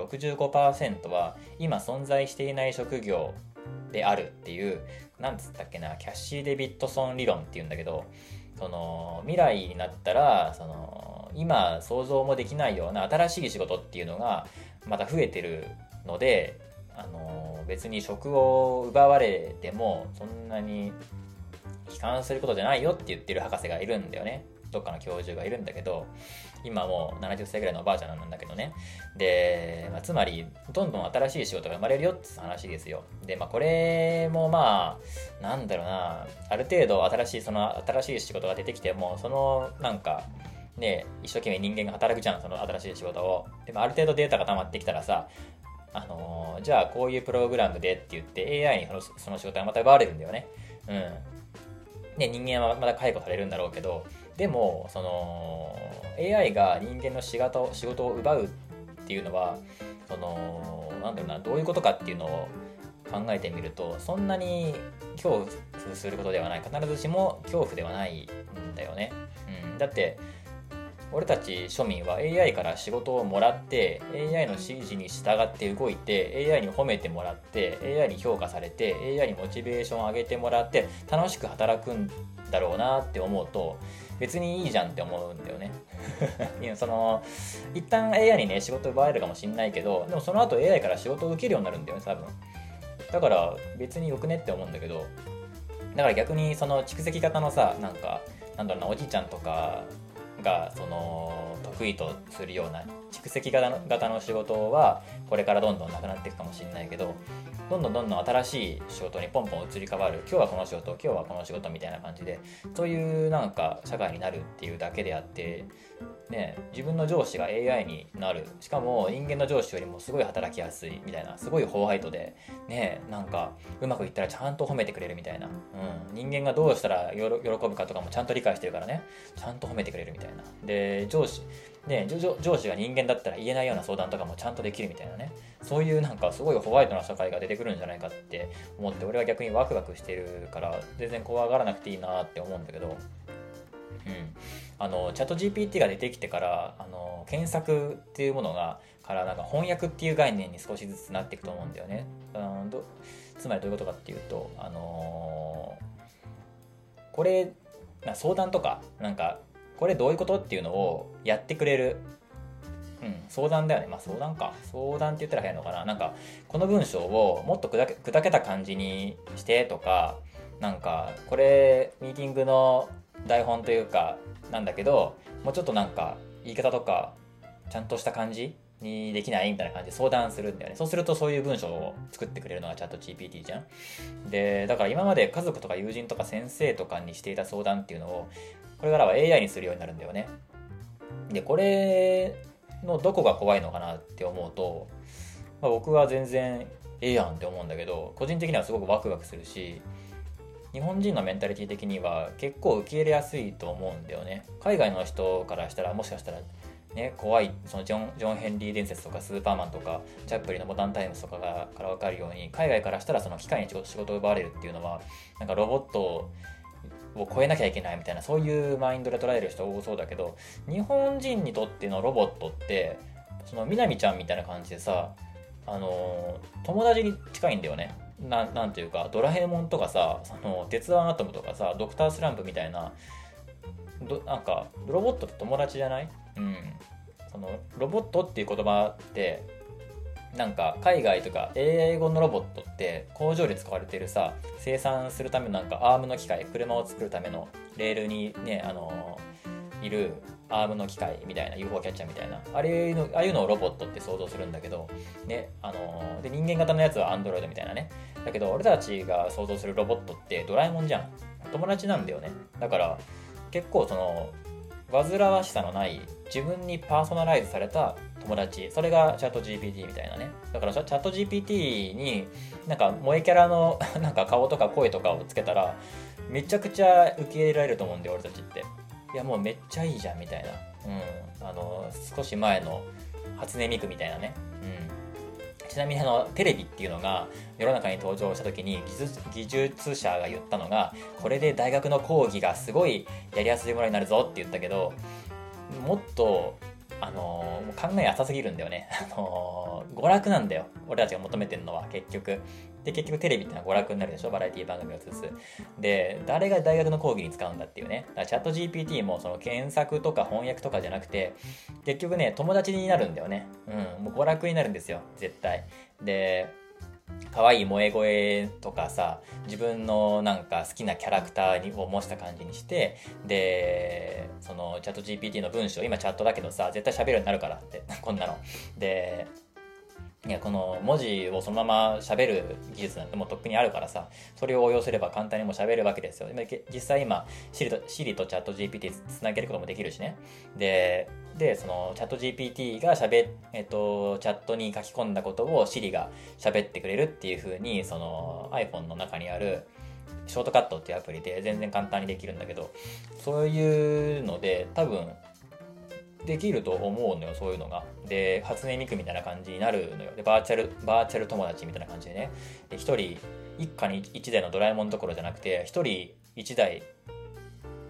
65% は今存在していない職業であるっていう、なんつったっけな、キャッシー・デビッドソン理論っていうんだけど、未来になったら今想像もできないような新しい仕事っていうのがまた増えてるので、別に職を奪われてもそんなに悲観することじゃないよって言ってる博士がいるんだよね。どっかの教授がいるんだけど、今もう70歳ぐらいのおばあちゃんなんだけどね。で、つまりどんどん新しい仕事が生まれるよって話ですよ。で、これもなんだろうな、ある程度新しい仕事が出てきても、なんかね、一生懸命人間が働くじゃん、その新しい仕事を。でもある程度データが溜まってきたらさ、じゃあこういうプログラムでって言って AI にその仕事がまた奪われるんだよね。ね、人間はまた解雇されるんだろうけど、でもAI が人間の仕事を奪うっていうのはなんだろうな、どういうことかっていうのを考えてみると、そんなに恐怖することではない、必ずしも恐怖ではないんだよね。だって俺たち庶民は AI から仕事をもらって AI の指示に従って動いて AI に褒めてもらって AI に評価されて AI にモチベーションを上げてもらって楽しく働くんだろうなって思うと別にいいじゃんって思うんだよねいや一旦 AI にね仕事奪われるかもしんないけどでもその後 AI から仕事を受けるようになるんだよね多分。だから別によくねって思うんだけど、だから逆にその蓄積型のさなんだろうなおじいちゃんとかが得意とするような蓄積型の仕事はこれからどんどんなくなっていくかもしれないけど、どんどん新しい仕事にポンポン移り変わる、今日はこの仕事今日はこの仕事みたいな感じでそういうなんか社会になるっていうだけであってね、自分の上司が AI になる、しかも人間の上司よりもすごい働きやすいみたいな、すごいホワイトでね、なんかうまくいったらちゃんと褒めてくれるみたいな、人間がどうしたら喜ぶかとかもちゃんと理解してるからね、ちゃんと褒めてくれるみたいな。で上司が人間だったら言えないような相談とかもちゃんとできるみたいなね、そういうなんかすごいホワイトな社会が出てくるんじゃないかって思って、俺は逆にワクワクしてるから全然怖がらなくていいなって思うんだけど、チャット GPT が出てきてから検索っていうものからなんか翻訳っていう概念に少しずつなっていくと思うんだよね。つまりどういうことかっていうと、これ相談とかなんかこれどういうことっていうのをやってくれる、相談だよね。相談って言ったら変なのかな。なんかこの文章をもっと砕けた感じにしてとか、なんかこれミーティングの台本というかなんだけどもうちょっとなんか言い方とかちゃんとした感じにできないみたいな感じで相談するんだよね。そうするとそういう文章を作ってくれるのがチャット GPT じゃん。でだから今まで家族とか友人とか先生とかにしていた相談っていうのをこれからは AI にするようになるんだよね。でこれのどこが怖いのかなって思うと、僕は全然ええやんって思うんだけど、個人的にはすごくワクワクするし、日本人のメンタリティ的には結構受け入れやすいと思うんだよね。海外の人からしたらもしかしたらね、怖いそのジョン・ヘンリー伝説とかスーパーマンとかチャップリンのモダンタイムズとかから分かるように、海外からしたらその機械に仕事を奪われるっていうのはなんかロボットを超えなきゃいけないみたいな、そういうマインドで捉える人多そうだけど、日本人にとってのロボットってそのみなみちゃんみたいな感じでさ、友達に近いんだよね。なんていうかドラえもんとかさ、鉄腕アトムとかさ、ドクタースランプみたいななんかロボットと友達じゃない？そのロボットっていう言葉ってなんか海外とか英語のロボットって工場で使われてるさ、生産するためのなんかアームの機械、車を作るためのレールにねいるアームの機械みたいな UFO キャッチャーみたいなああいうのをロボットって想像するんだけどね、で人間型のやつはアンドロイドみたいなね。だけど俺たちが想像するロボットってドラえもんじゃん、友達なんだよね。だから結構煩わしさのない自分にパーソナライズされた友達、それがチャット GPT みたいなね。だからチャット GPT になんか萌えキャラのなんか顔とか声とかをつけたらめちゃくちゃ受け入れられると思うんだよ俺たちって。いやもうめっちゃいいじゃんみたいな、少し前の初音ミクみたいなね。ちなみにテレビっていうのが世の中に登場した時に技術者が言ったのが、これで大学の講義がすごいやりやすいものになるぞって言ったけど、もっと考え浅すぎるんだよね。娯楽なんだよ俺たちが求めてるのは結局。で結局テレビってのは娯楽になるでしょ、バラエティ番組を映す。で誰が大学の講義に使うんだっていうね。だからチャット GPT もその検索とか翻訳とかじゃなくて結局ね友達になるんだよね。もう娯楽になるんですよ絶対。で可愛い萌え声とかさ、自分のなんか好きなキャラクターを模した感じにして、でそのチャット GPT の文章、今チャットだけどさ絶対喋るようになるからってこんなので、いやこの文字をそのまま喋る技術なんてもうとっくにあるからさ、それを応用すれば簡単にもう喋るわけですよ。実際今Siri とチャット GPT つなげることもできるしね。でそのチャット GPT がチャットに書き込んだことを Siri が喋ってくれるっていう風に、その iPhone の中にあるショートカットっていうアプリで全然簡単にできるんだけど、そういうので多分できると思うのよ、そういうのが。で初音ミクみたいな感じになるのよ。でバーチャル友達みたいな感じでね、で一人一家に一台のドラえもんどころじゃなくて一人一台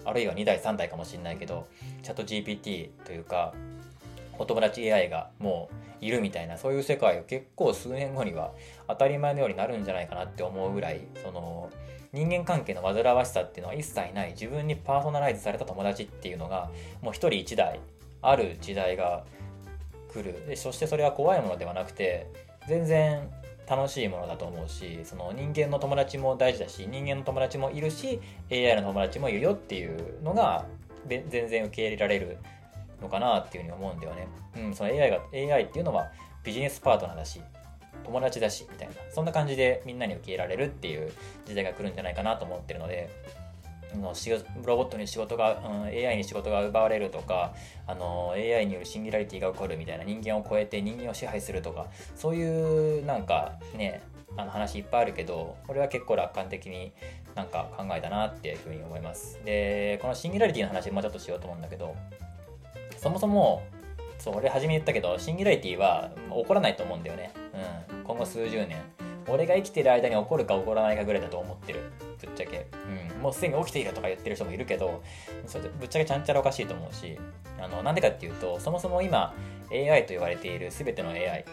あるいは2代3代かもしれないけど、チャット GPT というかお友達 AI がもういるみたいな、そういう世界を結構数年後には当たり前のようになるんじゃないかなって思うぐらい、その人間関係の煩わしさっていうのは一切ない、自分にパーソナライズされた友達っていうのがもう一人一台ある時代が来る。でそしてそれは怖いものではなくて全然楽しいものだと思うし、その人間の友達も大事だし、人間の友達もいるし AI の友達もいるよっていうのが全然受け入れられるのかなっていうふうに思うんだよね。その AI っていうのはビジネスパートナーだし友達だしみたいな、そんな感じでみんなに受け入れられるっていう時代が来るんじゃないかなと思ってるので、ロボットに仕事が、AI に仕事が奪われるとか、AI によるシンギュラリティが起こるみたいな、人間を超えて人間を支配するとか、そういうなんかね話いっぱいあるけど、これは結構楽観的になんか考えたなっていうふうに思います。でこのシンギュラリティの話もうちょっとしようと思うんだけど、そもそも俺初め言ったけどシンギュラリティは起こらないと思うんだよね。今後数十年俺が生きてる間に起こるか起こらないかぐらいだと思ってる、ぶっちゃけ。もうすでに起きているとか言ってる人もいるけど、それぶっちゃけちゃんちゃらおかしいと思うし、なんでかっていうと、そもそも今 AI と言われている全ての AI、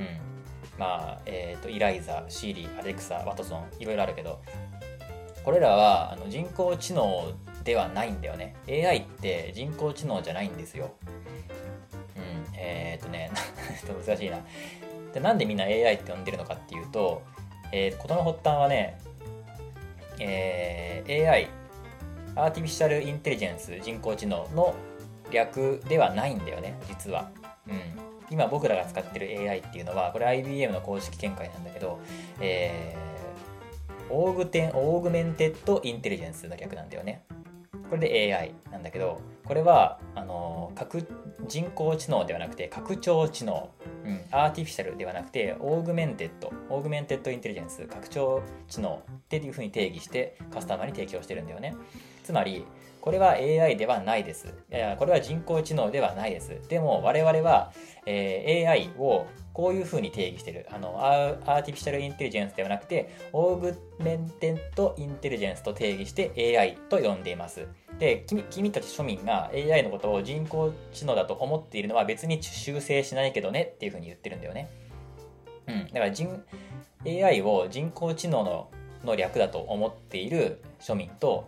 イライザ、シーリ、アレクサ、ワトソン、いろいろあるけど、これらは人工知能ではないんだよね。 AI って人工知能じゃないんですよ。難しいな。でなんでみんな AI って呼んでるのかっていうと、事の発端はね、AI アーティフィシャルインテリジェンス、人工知能の略ではないんだよね、実は。今僕らが使ってる AI っていうのは、これ IBM の公式見解なんだけど、オーグメンテッドインテリジェンスの略なんだよね。これで AI なんだけど、これは人工知能ではなくて拡張知能、アーティフィシャルではなくてオーグメンテッドインテリジェンス、拡張知能っていうふうに定義してカスタマーに提供してるんだよね。つまりこれは AI ではないです。これは人工知能ではないです。でも我々は、AI をこういうふうに定義してる。アーティフィシャルインテリジェンスではなくてオーグメンテッドインテリジェンスと定義して AI と呼んでいます。で、君たち庶民が AI のことを人工知能だと思っているのは別に修正しないけどねっていうふうに言ってるんだよね。だからAI を人工知能の略だと思っている庶民と、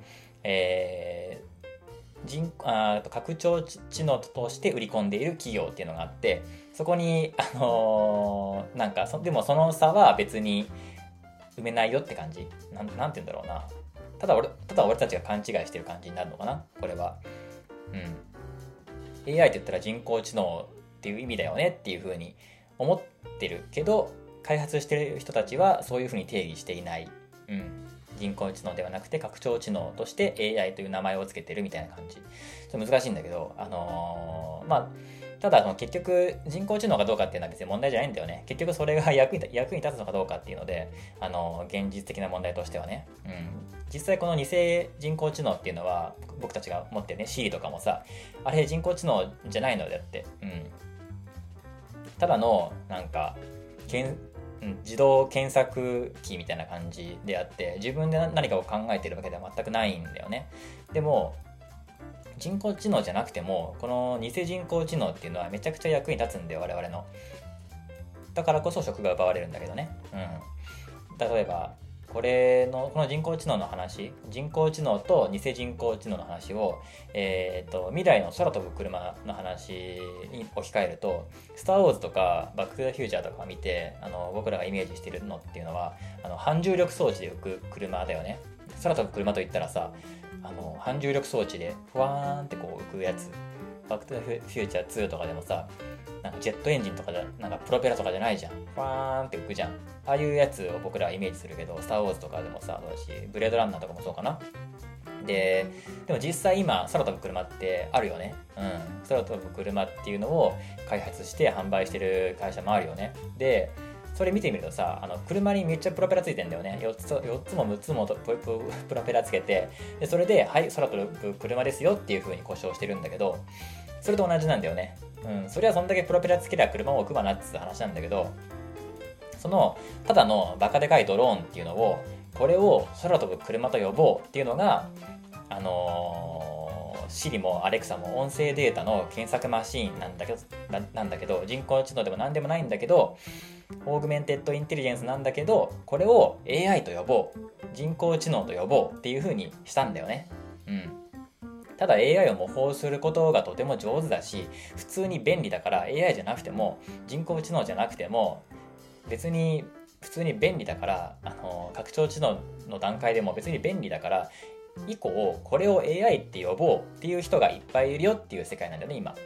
拡張知能として売り込んでいる企業っていうのがあって、そこにでもその差は別に埋めないよって感じ。なんて言うんだろうな。ただ俺たちが勘違いしてる感じになるのかな、これは。AI って言ったら人工知能っていう意味だよねっていう風に思ってるけど、開発してる人たちはそういう風に定義していない。人工知能ではなくて拡張知能として AI という名前をつけてるみたいな感じ。ちょっと難しいんだけど、ただ結局人工知能かどうかっていうのは別に問題じゃないんだよね。結局それが役に立つのかどうかっていうので、現実的な問題としてはね。実際この偽人工知能っていうのは僕たちが持ってるね、Siri とかもさ、あれ人工知能じゃないのであって、ただの自動検索機みたいな感じであって、自分で何かを考えてるわけでは全くないんだよね。でも人工知能じゃなくてもこの偽人工知能っていうのはめちゃくちゃ役に立つんだよ、我々の。だからこそ職が奪われるんだけどね。例えばこの人工知能の話、人工知能と偽人工知能の話を、未来の空飛ぶ車の話に置き換えると、スター・ウォーズとかバック・トゥ・ザ・フューチャーとかを見て僕らがイメージしているのっていうのは反重力装置で浮く車だよね。空飛ぶ車といったらさ、反重力装置でふわーんってこう浮くやつ。バック・トゥ・ザ・フューチャー2とかでもさ、ジェットエンジンとかプロペラとかじゃないじゃん。ファーンって浮くじゃん。ああいうやつを僕らはイメージするけど、スター・ウォーズとかでもさ、そうだし、ブレードランナーとかもそうかな。でも実際今空飛ぶ車ってあるよね。空飛ぶ車っていうのを開発して販売してる会社もあるよね。でそれ見てみるとさ、車にめっちゃプロペラついてんだよね。4つも6つもプロペラつけて、でそれではい空飛ぶ車ですよっていう風に故障してるんだけど、それと同じなんだよね。それはそんだけプロペラつけりゃ車を置くわなって話なんだけど、そのただのバカでかいドローンっていうのを、これを空飛ぶ車と呼ぼうっていうのが Siri も Alexa も音声データの検索マシーンなんだけど人工知能でも何でもないんだけど、オーグメンテッドインテリジェンスなんだけど、これを AI と呼ぼう、人工知能と呼ぼうっていう風にしたんだよね。ただ AI を模倣することがとても上手だし、普通に便利だから、 AI じゃなくても人工知能じゃなくても別に普通に便利だから、拡張知能の段階でも別に便利だから、以降これを AI って呼ぼうっていう人がいっぱいいるよっていう世界なんだよね今。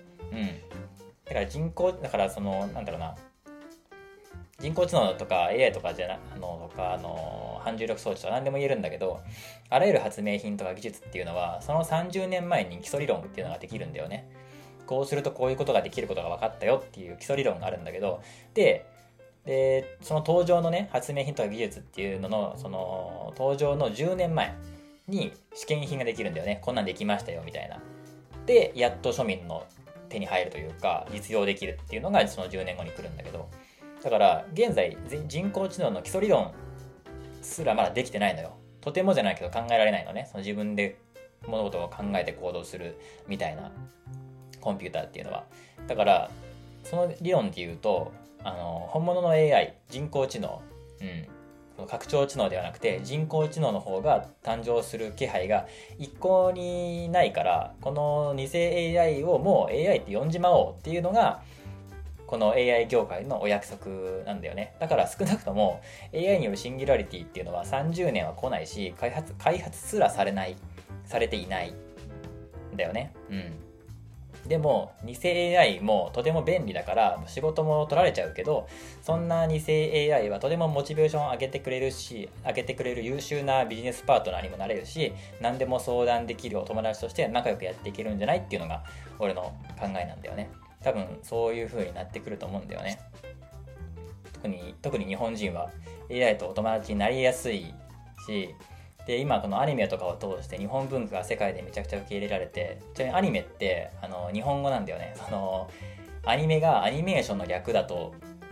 だからそのなんだろうな、人工知能とか AI とか反重力装置とか何でも言えるんだけど、あらゆる発明品とか技術っていうのはその30年前に基礎理論っていうのができるんだよね。こうするとこういうことができることが分かったよっていう基礎理論があるんだけど、でその登場のね発明品とか技術っていうののその登場の10年前に試験品ができるんだよね。こんなんできましたよみたいな。でやっと庶民の手に入るというか実用できるっていうのがその10年後に来るんだけど、だから現在人工知能の基礎理論すらまだできてないのよ。とてもじゃないけど考えられないのね。その自分で物事を考えて行動するみたいなコンピューターっていうのは。だからその理論で言うと本物の AI 人工知能、拡張知能ではなくて人工知能の方が誕生する気配が一向にないから、この偽 AI をもう AI って呼んじまおうっていうのがこの AI 業界のお約束なんだよね。だから少なくとも AI によるシンギュラリティっていうのは30年は来ないし、開発すらされていないんだよね。でも偽 AI もとても便利だから仕事も取られちゃうけど、そんな偽 AI はとてもモチベーションを上げてくれる優秀なビジネスパートナーにもなれるし、何でも相談できるお友達として仲良くやっていけるんじゃないっていうのが俺の考えなんだよね。多分そういう風になってくると思うんだよね。特に日本人は AI とお友達になりやすいし、で今このアニメとかを通して日本文化が世界でめちゃくちゃ受け入れられて、ちなみにアニメって日本語なんだよね。アニメがアニメーションの略だと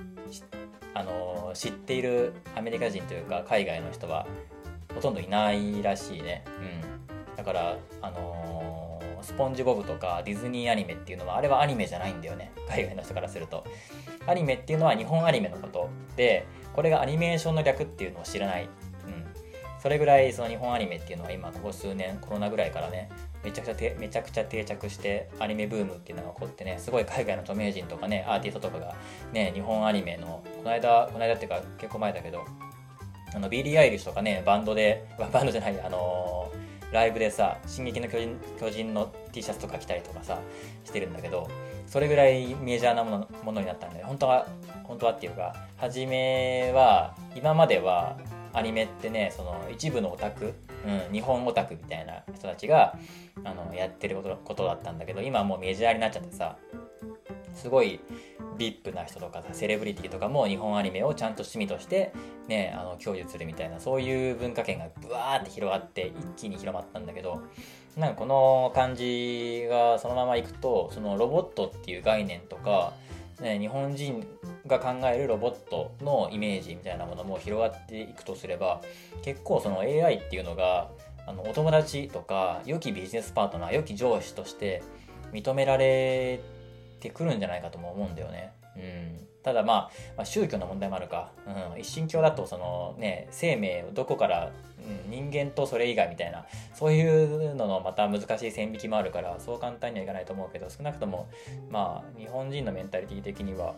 知っているアメリカ人というか海外の人はほとんどいないらしいね。だからスポンジボブとかディズニーアニメっていうのはあれはアニメじゃないんだよね、海外の人からすると。アニメっていうのは日本アニメのことで、これがアニメーションの略っていうのを知らない。それぐらいその日本アニメっていうのは今ここ数年コロナぐらいからねめちゃくちゃ定着してアニメブームっていうのが起こってね、すごい海外の著名人とかねアーティストとかがね日本アニメのこの間っていうか結構前だけどビリー・アイリッシュとかねバンドじゃないライブでさ進撃の巨人の T シャツとか着たりとかさしてるんだけど、それぐらいメジャーなものになったんで、本当はっていうか初めは今まではアニメってねその一部のオタク、日本オタクみたいな人たちがやってることだったんだけど、今はもうメジャーになっちゃってさ、すごい VIP な人とかさセレブリティとかも日本アニメをちゃんと趣味としてね享受するみたいな、そういう文化圏がブワーって広がって一気に広まったんだけど、なんかこの感じがそのままいくとそのロボットっていう概念とか日本人が考えるロボットのイメージみたいなものも広がっていくとすれば、結構その AI っていうのがお友達とか良きビジネスパートナー、良き上司として認められてくるんじゃないかとも思うんだよね。ただまあ宗教の問題もあるか、一神教だとそのね生命をどこから、人間とそれ以外みたいなそういうののまた難しい線引きもあるから、そう簡単にはいかないと思うけど、少なくともまあ日本人のメンタリティ的には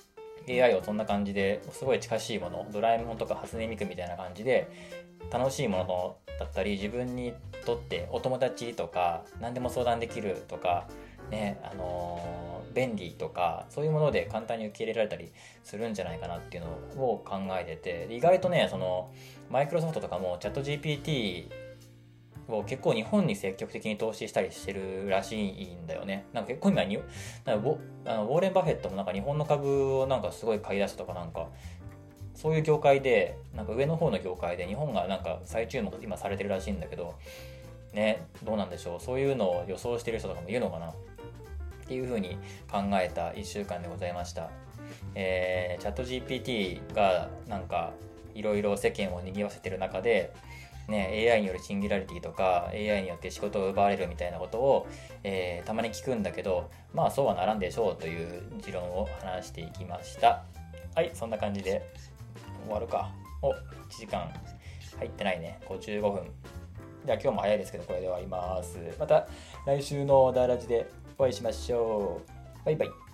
AI をそんな感じですごい近しいもの、ドラえもんとか初音ミクみたいな感じで楽しいものだったり、自分にとってお友達とか何でも相談できるとかね、便利とかそういうもので簡単に受け入れられたりするんじゃないかなっていうのを考えてて、意外とねそのマイクロソフトとかもチャット GPT を結構日本に積極的に投資したりしてるらしいんだよね。なんか結構今ウォーレン・バフェットもなんか日本の株をなんかすごい買い出すとか、なんかそういう業界でなんか上の方の業界で日本がなんか再注目今されてるらしいんだけどね、どうなんでしょう、そういうのを予想してる人とかもいるのかなっていう風に考えた1週間でございました。チャット GPT がなんかいろいろ世間を賑わせてる中でね、AI によるシンギュラリティとか AI によって仕事を奪われるみたいなことを、たまに聞くんだけど、まあそうはならんでしょうという持論を話していきました。はい、そんな感じで終わるか。1時間入ってないね。55分。では今日も早いですけどこれで終わります。また来週のダーラジでお会いしましょう。バイバイ。